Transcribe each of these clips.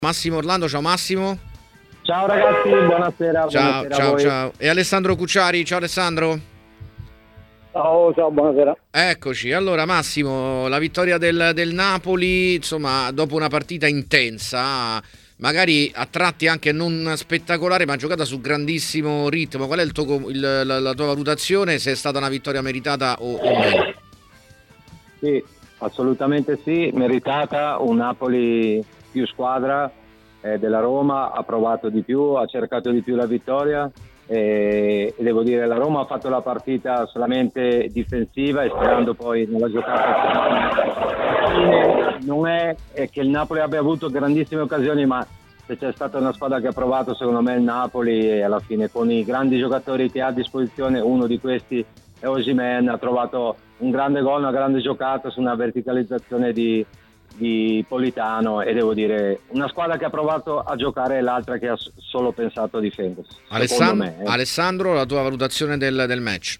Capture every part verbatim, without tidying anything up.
Massimo Orlando, ciao Massimo. Ciao ragazzi, buonasera. Ciao, buonasera ciao, ciao. E Alessandro Cucciari, ciao Alessandro. Ciao, ciao, buonasera. Eccoci, allora Massimo, la vittoria del, del Napoli, insomma, dopo una partita intensa, magari a tratti anche non spettacolare, ma giocata su grandissimo ritmo. Qual è il tuo, il, la, la tua valutazione, se è stata una vittoria meritata o, o meno? Sì, assolutamente sì, meritata, un Napoli più squadra eh, della Roma, ha provato di più, ha cercato di più la vittoria e, e devo dire la Roma ha fatto la partita solamente difensiva e sperando poi nella giocata. Non è, è che il Napoli abbia avuto grandissime occasioni, ma se c'è stata una squadra che ha provato, secondo me il Napoli, e alla fine con i grandi giocatori che ha a disposizione, uno di questi è Osimhen, ha trovato un grande gol, una grande giocata su una verticalizzazione di, di Politano, e devo dire una squadra che ha provato a giocare e l'altra che ha solo pensato a difendersi. Alessandro, me, eh. Alessandro, la tua valutazione del, del match?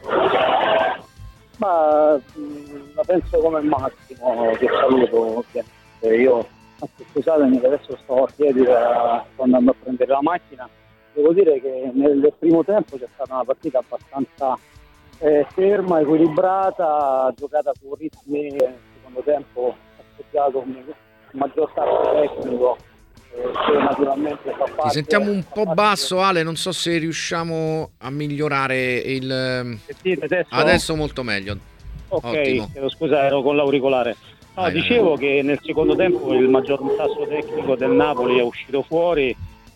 Ma la penso come Massimo, che saluto. Io, scusatemi che adesso sto a piedi, sto andando a prendere la macchina. Devo dire che nel primo tempo c'è stata una partita abbastanza eh, ferma, equilibrata, giocata su ritmi. Nel secondo tempo ha studiato un maggior tasso tecnico, eh, che naturalmente fa parte. Ti sentiamo un po' parte basso, Ale, non so se riusciamo a migliorare il... Sentite adesso? Adesso molto meglio. Ok, Ottimo. chiedo scusa, ero con l'auricolare. No, Vai, dicevo vai. che nel secondo tempo il maggior tasso tecnico del Napoli è uscito fuori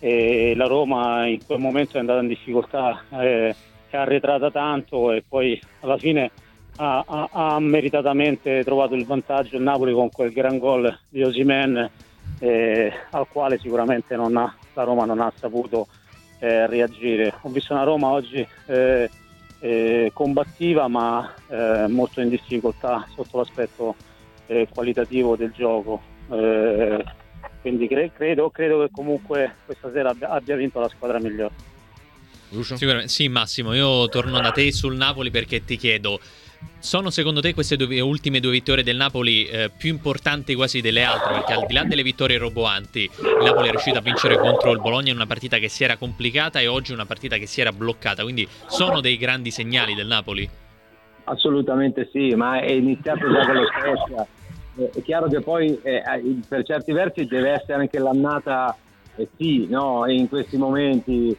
e la Roma in quel momento è andata in difficoltà, eh, è arretrata tanto e poi alla fine ha, ha, ha meritatamente trovato il vantaggio il Napoli con quel gran gol di Osimhen, eh, al quale sicuramente non ha, la Roma non ha saputo eh, reagire. Ho visto una Roma oggi eh, eh, combattiva ma eh, molto in difficoltà sotto l'aspetto eh, qualitativo del gioco, eh, quindi cre- credo, credo che comunque questa sera abbia, abbia vinto la squadra migliore. Sicuramente sì, Massimo, io torno da te sul Napoli perché ti chiedo: sono secondo te queste due ultime due vittorie del Napoli eh, più importanti quasi delle altre? Perché al di là delle vittorie roboanti, il Napoli è riuscito a vincere contro il Bologna in una partita che si era complicata e oggi una partita che si era bloccata, quindi sono dei grandi segnali del Napoli? Assolutamente sì, ma è iniziato già con lo Spezia. È chiaro che poi eh, per certi versi deve essere anche l'annata, eh, sì, no, in questi momenti,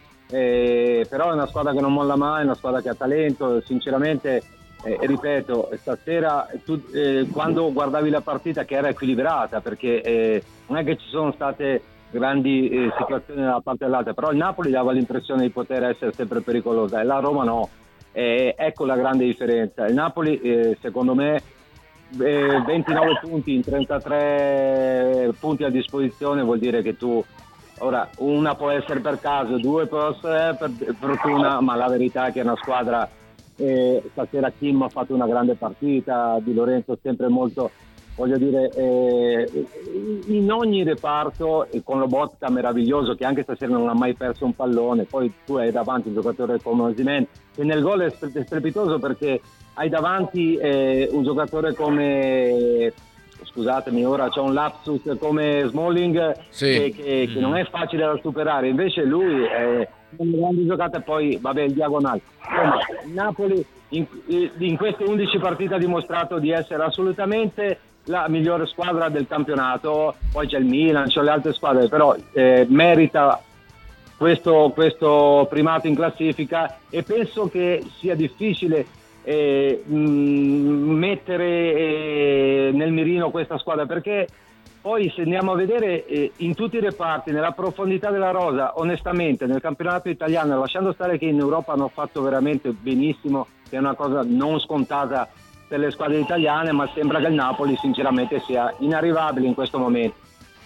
eh, però è una squadra che non molla mai, è una squadra che ha talento, sinceramente, eh, ripeto, stasera tu, eh, quando guardavi la partita che era equilibrata, perché eh, non è che ci sono state grandi eh, situazioni da una parte all'altra, però il Napoli dava l'impressione di poter essere sempre pericolosa e la Roma no. Eh, ecco la grande differenza. Il Napoli eh, secondo me eh, ventinove punti in trentatré punti a disposizione vuol dire che tu ora una può essere per caso, due può essere per fortuna, ma la verità è che è una squadra. Eh, stasera Kim ha fatto una grande partita, Di Lorenzo sempre molto, voglio dire, eh, in ogni reparto, e con Lobotka meraviglioso che anche stasera non ha mai perso un pallone. Poi tu hai davanti un giocatore come Osimhen che nel gol è strepitoso perché hai davanti eh, un giocatore come, scusatemi ora c'è un lapsus, come Smalling, Sì. che, che, che non è facile da superare, invece lui è una grande giocata e poi vabbè il diagonale. Insomma, il Napoli in, in queste undici partite ha dimostrato di essere assolutamente la migliore squadra del campionato. Poi c'è il Milan, c'è le altre squadre, però eh, merita questo, questo primato in classifica e penso che sia difficile eh, mh, mettere eh, nel mirino questa squadra, perché poi se andiamo a vedere eh, in tutti i reparti, nella profondità della rosa, onestamente nel campionato italiano, lasciando stare che in Europa hanno fatto veramente benissimo, che è una cosa non scontata per le squadre italiane, ma sembra che il Napoli sinceramente sia inarrivabile in questo momento.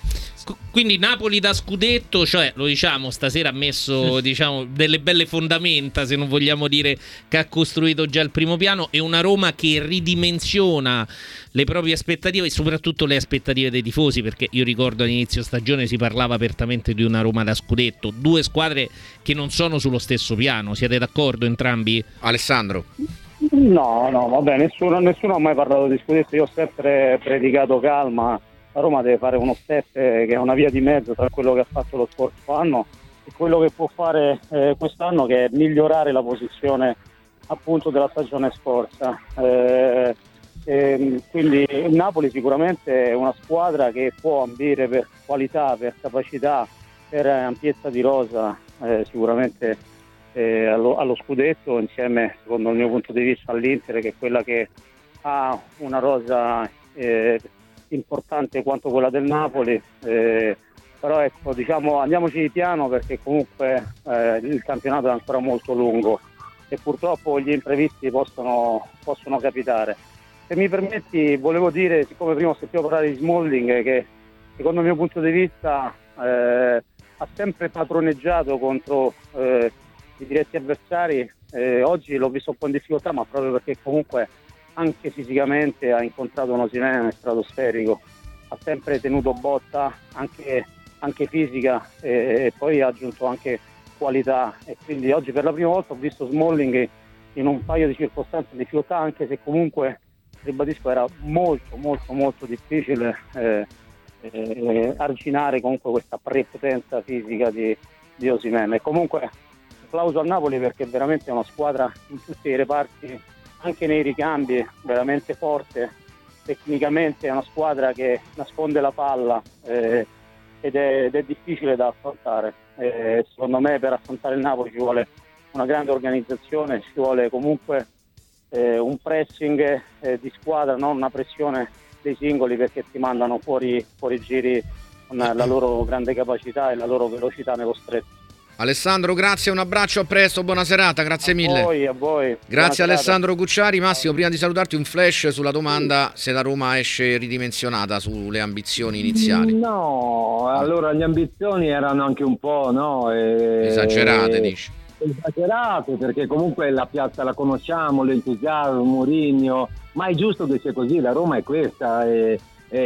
Quindi Napoli da scudetto, cioè lo diciamo, stasera ha messo diciamo delle belle fondamenta, se non vogliamo dire che ha costruito già il primo piano, e una Roma che ridimensiona le proprie aspettative e soprattutto le aspettative dei tifosi, perché io ricordo all'inizio stagione si parlava apertamente di una Roma da scudetto, due squadre che non sono sullo stesso piano. Siete d'accordo entrambi? Alessandro? No, no, vabbè, nessuno, nessuno ha mai parlato di scudetto, io ho sempre predicato calma, la Roma deve fare uno step eh, che è una via di mezzo tra quello che ha fatto lo scorso anno e quello che può fare eh, quest'anno, che è migliorare la posizione appunto della stagione scorsa. Eh, eh, quindi il Napoli sicuramente è una squadra che può ambire per qualità, per capacità, per ampiezza di rosa, eh, sicuramente eh, allo, allo scudetto, insieme secondo il mio punto di vista all'Inter, che è quella che ha una rosa eh, importante quanto quella del Napoli, eh, però ecco, diciamo, andiamoci di piano, perché comunque eh, il campionato è ancora molto lungo e purtroppo gli imprevisti possono, possono capitare. Se mi permetti, volevo dire, siccome prima ho sentito parlare di Smalling, che secondo il mio punto di vista eh, ha sempre padroneggiato contro eh, i diretti avversari, eh, oggi l'ho visto un po' in difficoltà, ma proprio perché comunque anche fisicamente ha incontrato un Osimhen stratosferico, ha sempre tenuto botta anche, anche fisica e, e poi ha aggiunto anche qualità, e quindi oggi per la prima volta ho visto Smalling in un paio di circostanze di difficoltà, anche se comunque, ribadisco, era molto molto molto difficile eh, eh, arginare comunque questa prepotenza fisica di, di Osimhen. E comunque applauso al Napoli, perché veramente è una squadra in tutti i reparti, anche nei ricambi, veramente forte. Tecnicamente è una squadra che nasconde la palla eh, ed, è, ed è difficile da affrontare. Eh, secondo me per affrontare il Napoli ci vuole una grande organizzazione, ci vuole comunque eh, un pressing eh, di squadra, non una pressione dei singoli, perché ti mandano fuori, fuori giri con la loro grande capacità e la loro velocità nello stretto. Alessandro, grazie, un abbraccio, a presto, buona serata, grazie a mille. A voi, a voi. Grazie Alessandro Cucciari. Massimo, prima di salutarti, un flash sulla domanda se la Roma esce ridimensionata sulle ambizioni iniziali. No, allora le ambizioni erano anche un po', no? E... esagerate, dici? Esagerate, perché comunque la piazza la conosciamo, l'entusiasmo, Mourinho, ma è giusto che sia così, la Roma è questa e,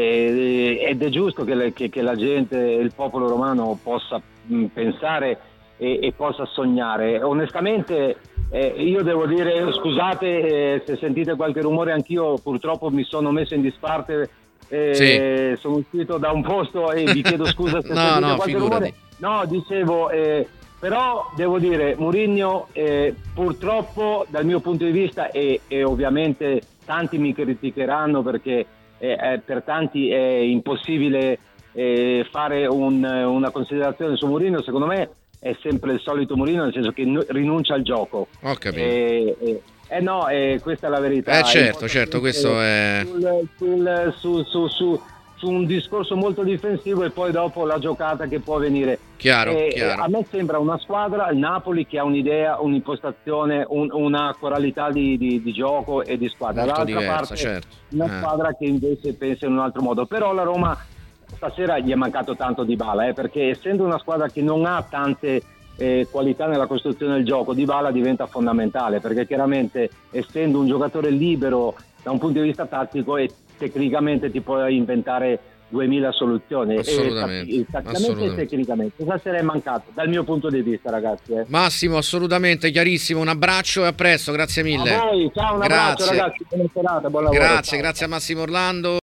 e, ed è giusto che, le, che, che la gente, il popolo romano possa mh, pensare e, e possa sognare. Onestamente eh, io devo dire, scusate eh, se sentite qualche rumore, anch'io purtroppo mi sono messo in disparte, eh, sì. Sono uscito da un posto e vi chiedo scusa se no, sentite no, qualche figurati. rumore. No, dicevo, eh, però devo dire, Mourinho eh, purtroppo dal mio punto di vista, e, e ovviamente tanti mi criticheranno perché eh, eh, per tanti è impossibile eh, fare un, una considerazione su Mourinho, secondo me è sempre il solito Mourinho, nel senso che n- rinuncia al gioco. Ho capito. Eh, eh, eh no, eh, questa è la verità. Eh certo, certo, questo è... Sul, sul, su, su, su, su un discorso molto difensivo e poi dopo la giocata che può venire. Chiaro, eh, chiaro. A me sembra una squadra, il Napoli, che ha un'idea, un'impostazione, un, una coralità di, di, di gioco e di squadra. Molto Dall'altra diversa, parte certo. una Eh. squadra che invece pensa in un altro modo. Però la Roma stasera gli è mancato tanto Dybala, eh, perché essendo una squadra che non ha tante eh, qualità nella costruzione del gioco, Dybala diventa fondamentale, perché chiaramente essendo un giocatore libero da un punto di vista tattico e tecnicamente ti puoi inventare duemila soluzioni, assolutamente, e tatticamente e tecnicamente. Stasera è mancato dal mio punto di vista, ragazzi. Eh. Massimo, assolutamente chiarissimo, un abbraccio e a presto, grazie mille. A voi, ciao, un grazie. abbraccio ragazzi, buona serata, buon lavoro. Grazie, ciao. grazie a Massimo Orlando.